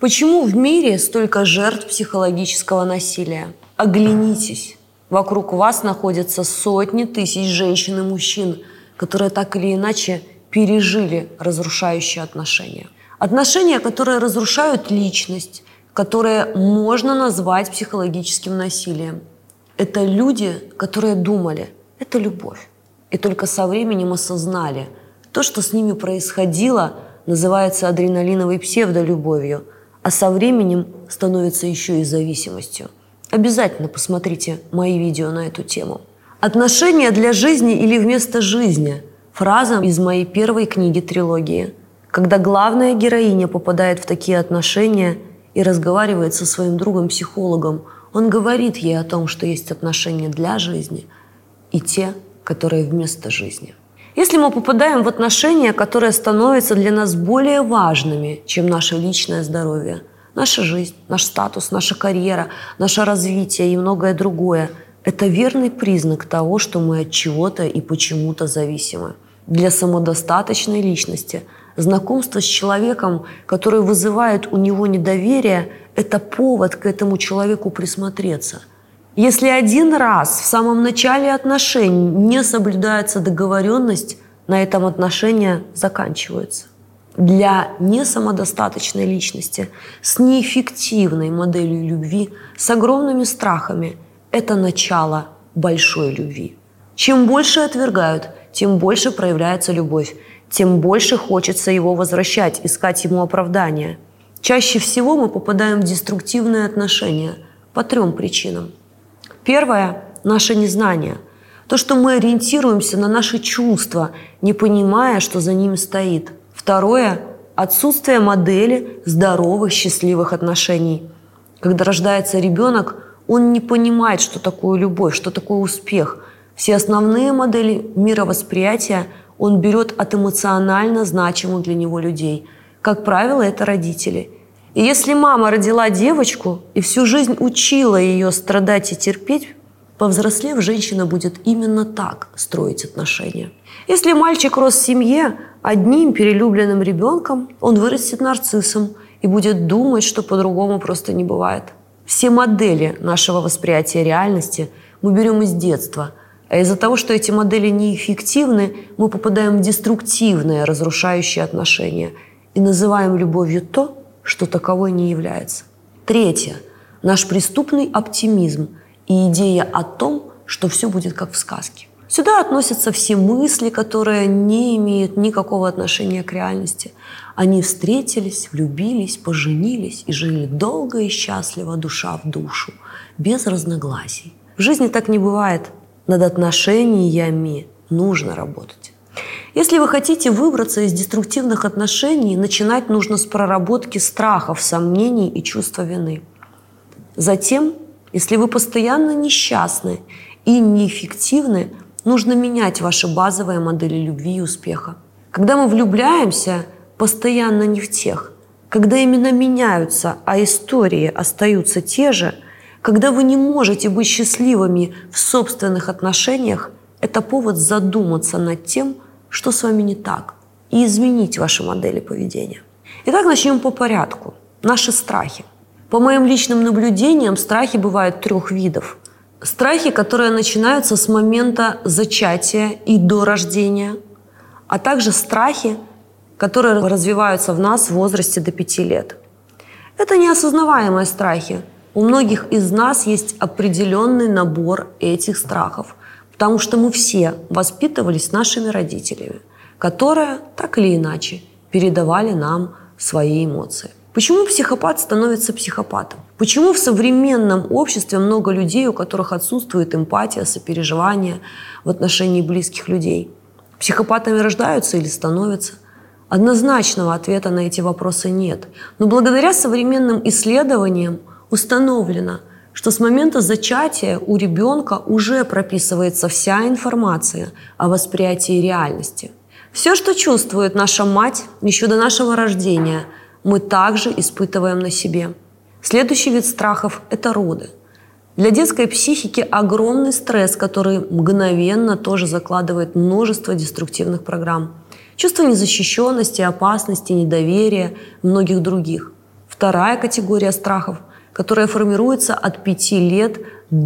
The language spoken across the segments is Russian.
Почему в мире столько жертв психологического насилия? Оглянитесь. Вокруг вас находятся сотни тысяч женщин и мужчин, которые так или иначе пережили разрушающие отношения. Отношения, которые разрушают личность, которые можно назвать психологическим насилием. Это люди, которые думали, это любовь. И только со временем осознали, то, что с ними происходило, называется адреналиновой псевдолюбовью, а со временем становится еще и зависимостью. Обязательно посмотрите мои видео на эту тему. Отношения для жизни или вместо жизни – фраза из моей первой книги трилогии. Когда главная героиня попадает в такие отношения и разговаривает со своим другом-психологом, он говорит ей о том, что есть отношения для жизни и те, которые вместо жизни. Если мы попадаем в отношения, которые становятся для нас более важными, чем наше личное здоровье, наша жизнь, наш статус, наша карьера, наше развитие и многое другое, это верный признак того, что мы от чего-то и почему-то зависимы. Для самодостаточной личности знакомство с человеком, который вызывает у него недоверие, это повод к этому человеку присмотреться. Если один раз в самом начале отношений не соблюдается договоренность, на этом отношения заканчиваются. Для несамодостаточной личности с неэффективной моделью любви, с огромными страхами – это начало большой любви. Чем больше отвергают, тем больше проявляется любовь, тем больше хочется его возвращать, искать ему оправдания. Чаще всего мы попадаем в деструктивные отношения по 3 причинам. Первое – наше незнание. То, что мы ориентируемся на наши чувства, не понимая, что за ними стоит. Второе – отсутствие модели здоровых, счастливых отношений. Когда рождается ребенок, он не понимает, что такое любовь, что такое успех. Все основные модели мировосприятия он берет от эмоционально значимых для него людей. Как правило, это родители. И если мама родила девочку и всю жизнь учила ее страдать и терпеть, повзрослев, женщина будет именно так строить отношения. Если мальчик рос в семье одним перелюбленным ребенком, он вырастет нарциссом и будет думать, что по-другому просто не бывает. Все модели нашего восприятия реальности мы берем из детства, а из-за того, что эти модели неэффективны, мы попадаем в деструктивные, разрушающие отношения и называем любовью то, что таковой не является. Третье. Наш преступный оптимизм и идея о том, что все будет как в сказке. Сюда относятся все мысли, которые не имеют никакого отношения к реальности. Они встретились, влюбились, поженились и жили долго и счастливо, душа в душу, без разногласий. В жизни так не бывает. Над отношениями нужно работать. Если вы хотите выбраться из деструктивных отношений, начинать нужно с проработки страхов, сомнений и чувства вины. Затем, если вы постоянно несчастны и неэффективны, нужно менять ваши базовые модели любви и успеха. Когда мы влюбляемся, постоянно не в тех. Когда именно меняются, а истории остаются те же, когда вы не можете быть счастливыми в собственных отношениях, это повод задуматься над тем, что с вами не так, и изменить ваши модели поведения. Итак, начнем по порядку. Наши страхи. По моим личным наблюдениям, страхи бывают 3 видов. Страхи, которые начинаются с момента зачатия и до рождения, а также страхи, которые развиваются в нас в возрасте до 5 лет. Это неосознаваемые страхи. У многих из нас есть определенный набор этих страхов, потому что мы все воспитывались нашими родителями, которые так или иначе передавали нам свои эмоции. Почему психопат становится психопатом? Почему в современном обществе много людей, у которых отсутствует эмпатия, сопереживание в отношении близких людей? Психопатами рождаются или становятся? Однозначного ответа на эти вопросы нет. Но благодаря современным исследованиям установлено, что с момента зачатия у ребенка уже прописывается вся информация о восприятии реальности. Все, что чувствует наша мать еще до нашего рождения, мы также испытываем на себе. Следующий вид страхов – это роды. Для детской психики огромный стресс, который мгновенно тоже закладывает множество деструктивных программ. Чувство незащищенности, опасности, недоверия, многих других. вторая категория страхов, которая формируется от 5 лет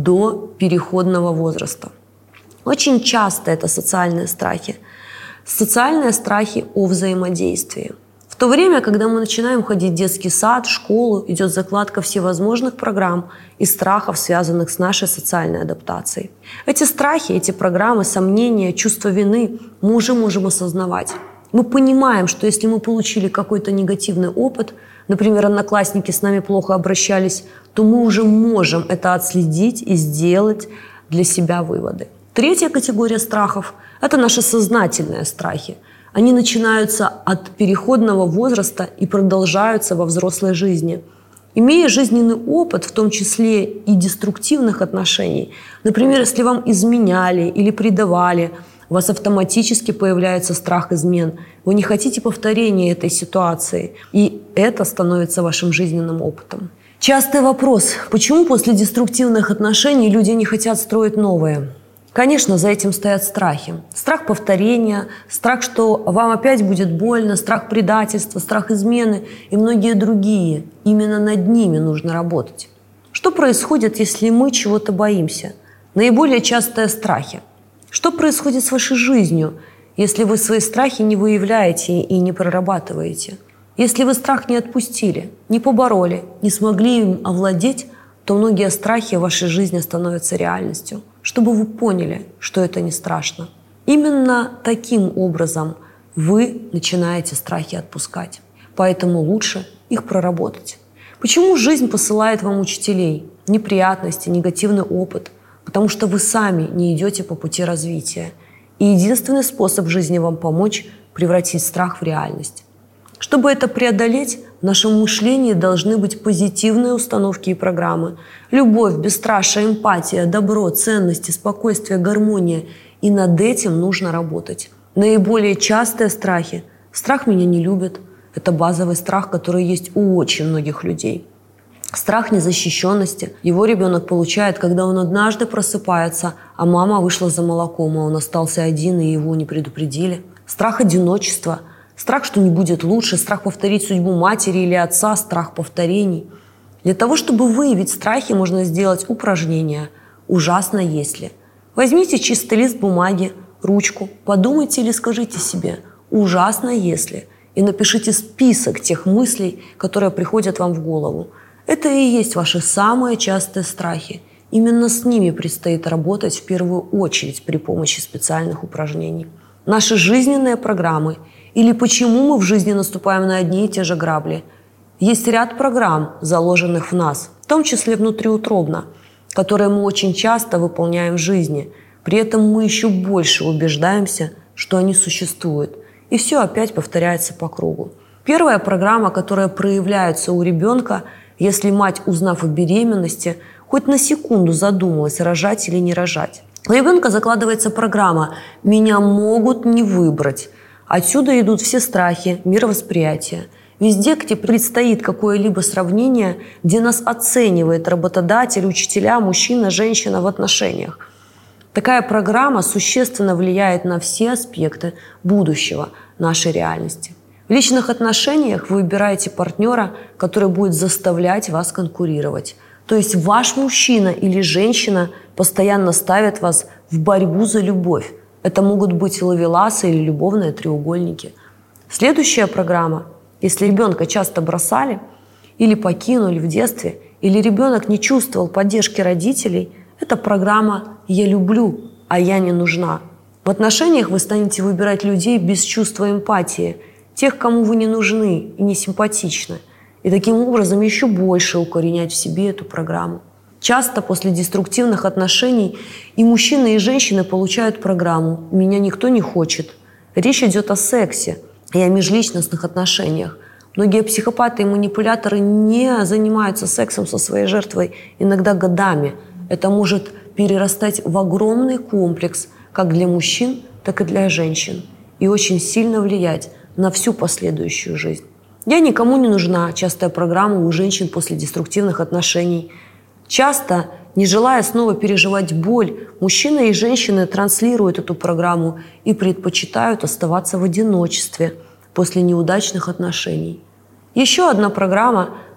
до переходного возраста. Очень часто это социальные страхи. Социальные страхи о взаимодействии. В то время, когда мы начинаем ходить в детский сад, в школу, идет закладка всевозможных программ и страхов, связанных с нашей социальной адаптацией. Эти страхи, эти программы, сомнения, чувство вины мы уже можем осознавать. Мы понимаем, что если мы получили какой-то негативный опыт, например, одноклассники с нами плохо обращались, то мы уже можем это отследить и сделать для себя выводы. Третья категория страхов – это наши сознательные страхи. Они начинаются от переходного возраста и продолжаются во взрослой жизни. Имея жизненный опыт, в том числе и деструктивных отношений, например, если вам изменяли или предавали, у вас автоматически появляется страх измен. Вы не хотите повторения этой ситуации, и это становится вашим жизненным опытом. Частый вопрос – почему после деструктивных отношений люди не хотят строить новые? Конечно, за этим стоят страхи. Страх повторения, страх, что вам опять будет больно, страх предательства, страх измены и многие другие. Именно над ними нужно работать. Что происходит, если мы чего-то боимся? Наиболее частые страхи. Что происходит с вашей жизнью, если вы свои страхи не выявляете и не прорабатываете? Если вы страх не отпустили, не побороли, не смогли им овладеть, то многие страхи в вашей жизни становятся реальностью, чтобы вы поняли, что это не страшно. Именно таким образом вы начинаете страхи отпускать. Поэтому лучше их проработать. Почему жизнь посылает вам учителей, неприятности, негативный опыт? Потому что вы сами не идете по пути развития. И единственный способ в жизни вам помочь – превратить страх в реальность. Чтобы это преодолеть, в нашем мышлении должны быть позитивные установки и программы. Любовь, бесстрашие, эмпатия, добро, ценности, спокойствие, гармония. И над этим нужно работать. Наиболее частые страхи. Страх меня не любит. Это базовый страх, который есть у очень многих людей. Страх незащищенности. Его ребенок получает, когда он однажды просыпается, а мама вышла за молоком, а он остался один, и его не предупредили. Страх одиночества. Страх, что не будет лучше, страх повторить судьбу матери или отца, страх повторений. Для того, чтобы выявить страхи, можно сделать упражнение «Ужасно если». Возьмите чистый лист бумаги, ручку, подумайте или скажите себе «Ужасно если» и напишите список тех мыслей, которые приходят вам в голову. Это и есть ваши самые частые страхи. Именно с ними предстоит работать в первую очередь при помощи специальных упражнений. Наши жизненные программы или почему мы в жизни наступаем на одни и те же грабли. Есть ряд программ, заложенных в нас, в том числе внутриутробно, которые мы очень часто выполняем в жизни. При этом мы еще больше убеждаемся, что они существуют. И все опять повторяется по кругу. Первая программа, которая проявляется у ребенка, если мать, узнав о беременности, хоть на секунду задумалась, рожать или не рожать. У ребенка закладывается программа «меня могут не выбрать». Отсюда идут все страхи, мировосприятие. Везде, где предстоит какое-либо сравнение, где нас оценивает работодатель, учителя, мужчина, женщина в отношениях. Такая программа существенно влияет на все аспекты будущего нашей реальности. В личных отношениях вы выбираете партнера, который будет заставлять вас конкурировать. То есть ваш мужчина или женщина постоянно ставят вас в борьбу за любовь. Это могут быть ловеласы или любовные треугольники. Следующая программа. Если ребенка часто бросали или покинули в детстве, или ребенок не чувствовал поддержки родителей, это программа «Я люблю, а я не нужна». В отношениях вы станете выбирать людей без чувства эмпатии, тех, кому вы не нужны и не симпатичны. И таким образом еще больше укоренять в себе эту программу. Часто после деструктивных отношений и мужчины, и женщины получают программу «Меня никто не хочет». Речь идет о сексе и о межличностных отношениях. Многие психопаты и манипуляторы не занимаются сексом со своей жертвой иногда годами. Это может перерастать в огромный комплекс как для мужчин, так и для женщин. И очень сильно влиять на всю последующую жизнь. «Я никому не нужна» – частая программа у женщин после деструктивных отношений. Часто, не желая снова переживать боль, мужчины и женщины транслируют эту программу и предпочитают оставаться в одиночестве после неудачных отношений. Еще одна программа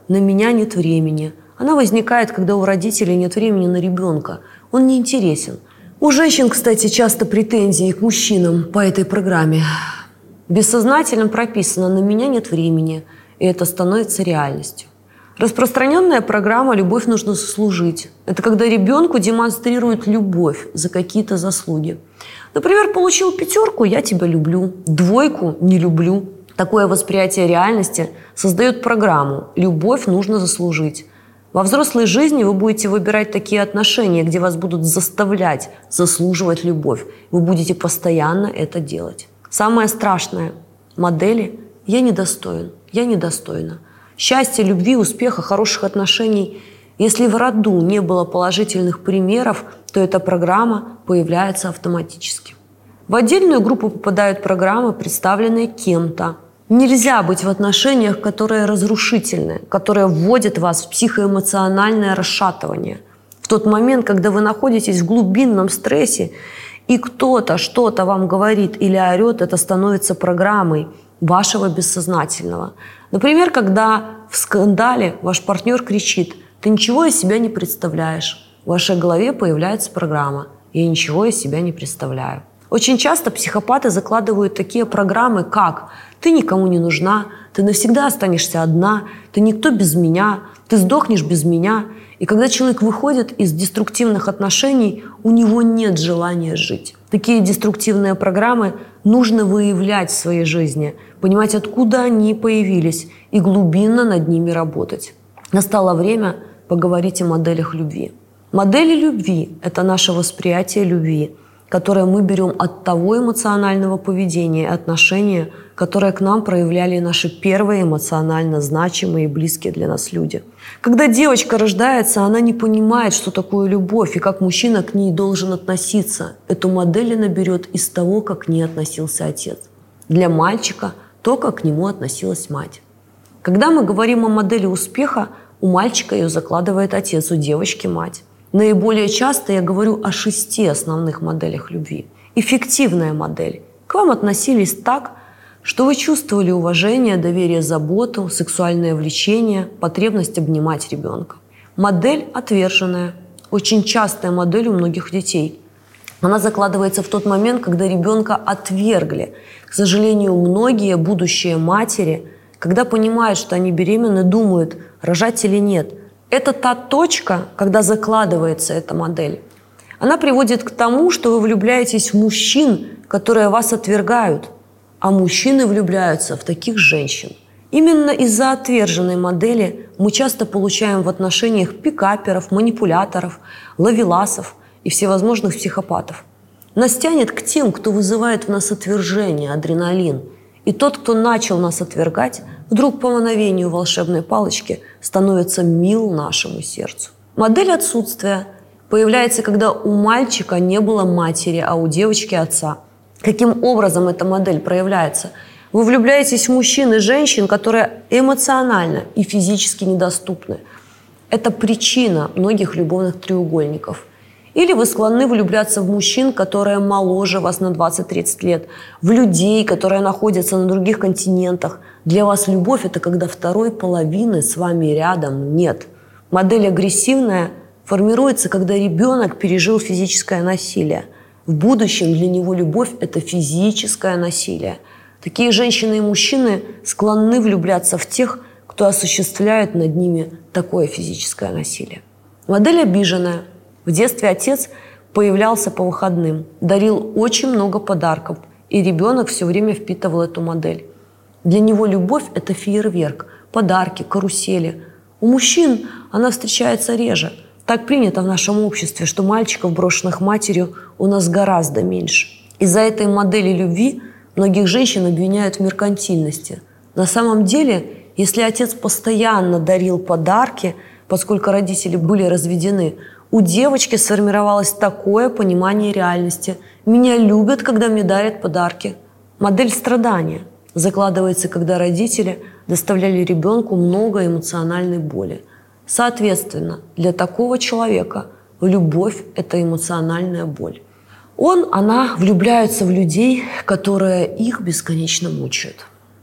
«на меня нет времени». Она возникает, когда у родителей нет времени на ребенка. Он не интересен. У женщин, кстати, часто претензии к мужчинам по этой программе. Бессознательно прописано «на меня нет времени», и это становится реальностью. Распространенная программа «любовь нужно заслужить». Это когда ребенку демонстрируют любовь за какие-то заслуги. Например, получил 5, я тебя люблю, 2 не люблю. Такое восприятие реальности создает программу «любовь нужно заслужить». Во взрослой жизни вы будете выбирать такие отношения, где вас будут заставлять заслуживать любовь. Вы будете постоянно это делать. Самое страшное – модели «я недостоин», «я недостойна». Счастья, любви, успеха, хороших отношений. Если в роду не было положительных примеров, то эта программа появляется автоматически. В отдельную группу попадают программы, представленные кем-то. Нельзя быть в отношениях, которые разрушительны, которые вводят вас в психоэмоциональное расшатывание. В тот момент, когда вы находитесь в глубинном стрессе, и кто-то что-то вам говорит или орет, это становится программой вашего бессознательного. Например, когда в скандале ваш партнер кричит: «Ты ничего из себя не представляешь». В вашей голове появляется программа «Я ничего из себя не представляю». Очень часто психопаты закладывают такие программы, как «Ты никому не нужна», «Ты навсегда останешься одна», «Ты никто без меня», «Ты сдохнешь без меня». И когда человек выходит из деструктивных отношений, у него нет желания жить. Такие деструктивные программы нужно выявлять в своей жизни, понимать, откуда они появились, и глубинно над ними работать. Настало время поговорить о моделях любви. Модели любви – это наше восприятие любви, которое мы берем от того эмоционального поведения и отношения, которое к нам проявляли наши первые эмоционально значимые и близкие для нас люди. Когда девочка рождается, она не понимает, что такое любовь и как мужчина к ней должен относиться. Эту модель она берет из того, как к ней относился отец. Для мальчика – то, как к нему относилась мать. Когда мы говорим о модели успеха, у мальчика ее закладывает отец, у девочки – мать. Наиболее часто я говорю о 6 основных моделях любви. Эффективная модель. К вам относились так, что вы чувствовали уважение, доверие, заботу, сексуальное влечение, потребность обнимать ребенка. Модель отверженная. Очень частая модель у многих детей. Она закладывается в тот момент, когда ребенка отвергли. К сожалению, многие будущие матери, когда понимают, что они беременны, думают, рожать или нет. Это та точка, когда закладывается эта модель. Она приводит к тому, что вы влюбляетесь в мужчин, которые вас отвергают, а мужчины влюбляются в таких женщин. Именно из-за отверженной модели мы часто получаем в отношениях пикаперов, манипуляторов, ловеласов и всевозможных психопатов. Нас тянет к тем, кто вызывает в нас отвержение, адреналин. И тот, кто начал нас отвергать, вдруг по мановению волшебной палочки становится мил нашему сердцу. Модель отсутствия появляется, когда у мальчика не было матери, а у девочки отца. Каким образом эта модель проявляется? Вы влюбляетесь в мужчин и женщин, которые эмоционально и физически недоступны. Это причина многих любовных треугольников. Или вы склонны влюбляться в мужчин, которые моложе вас на 20-30 лет, в людей, которые находятся на других континентах. Для вас любовь – это когда второй половины с вами рядом нет. Модель агрессивная формируется, когда ребенок пережил физическое насилие. В будущем для него любовь – это физическое насилие. Такие женщины и мужчины склонны влюбляться в тех, кто осуществляет над ними такое физическое насилие. Модель обиженная. В детстве отец появлялся по выходным, дарил очень много подарков, и ребенок все время впитывал эту модель. Для него любовь – это фейерверк, подарки, карусели. У мужчин она встречается реже. Так принято в нашем обществе, что мальчиков, брошенных матерью, у нас гораздо меньше. Из-за этой модели любви многих женщин обвиняют в меркантильности. На самом деле, если отец постоянно дарил подарки, поскольку родители были разведены, у девочки сформировалось такое понимание реальности. Меня любят, когда мне дарят подарки. Модель страдания закладывается, когда родители доставляли ребенку много эмоциональной боли. Соответственно, для такого человека любовь – это эмоциональная боль. Она влюбляются в людей, которые их бесконечно мучают.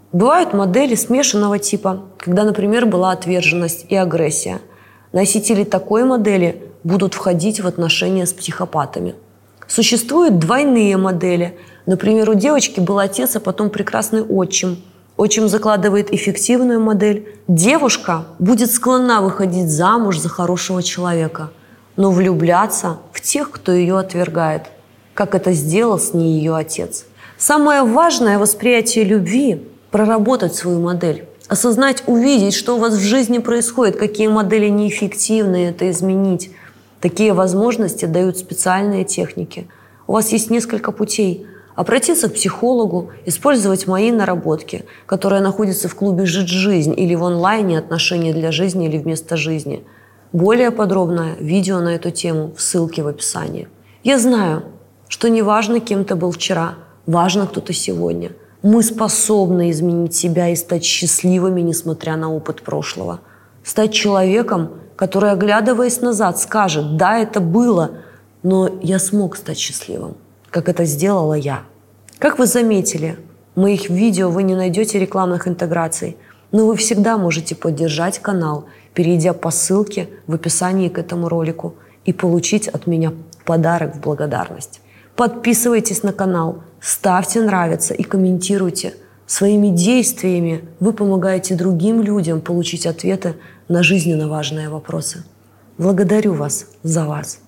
Бывают модели смешанного типа, когда, например, была отверженность и агрессия. Носители такой модели будут входить в отношения с психопатами. Существуют двойные модели. Например, у девочки был отец, а потом прекрасный отчим. Отчим закладывает эффективную модель. Девушка будет склонна выходить замуж за хорошего человека, но влюбляться в тех, кто ее отвергает, как это сделал с ней ее отец. Самое важное восприятие любви – проработать свою модель, осознать, увидеть, что у вас в жизни происходит, какие модели неэффективны, это изменить. Такие возможности дают специальные техники. У вас есть несколько путей. Обратиться к психологу, использовать мои наработки, которые находятся в клубе «Жить жизнь» или в онлайне «Отношения для жизни» или «Вместо жизни». Более подробное видео на эту тему в ссылке в описании. Я знаю, что не важно, кем ты был вчера, важно, кто ты сегодня. Мы способны изменить себя и стать счастливыми, несмотря на опыт прошлого. Стать человеком, который, оглядываясь назад, скажет: да, это было, но я смог стать счастливым, как это сделала я. Как вы заметили, в моих видео вы не найдете рекламных интеграций, но вы всегда можете поддержать канал, перейдя по ссылке в описании к этому ролику и получить от меня подарок в благодарность. Подписывайтесь на канал, ставьте нравится и комментируйте. Своими действиями вы помогаете другим людям получить ответы на жизненно важные вопросы. Благодарю вас за вас.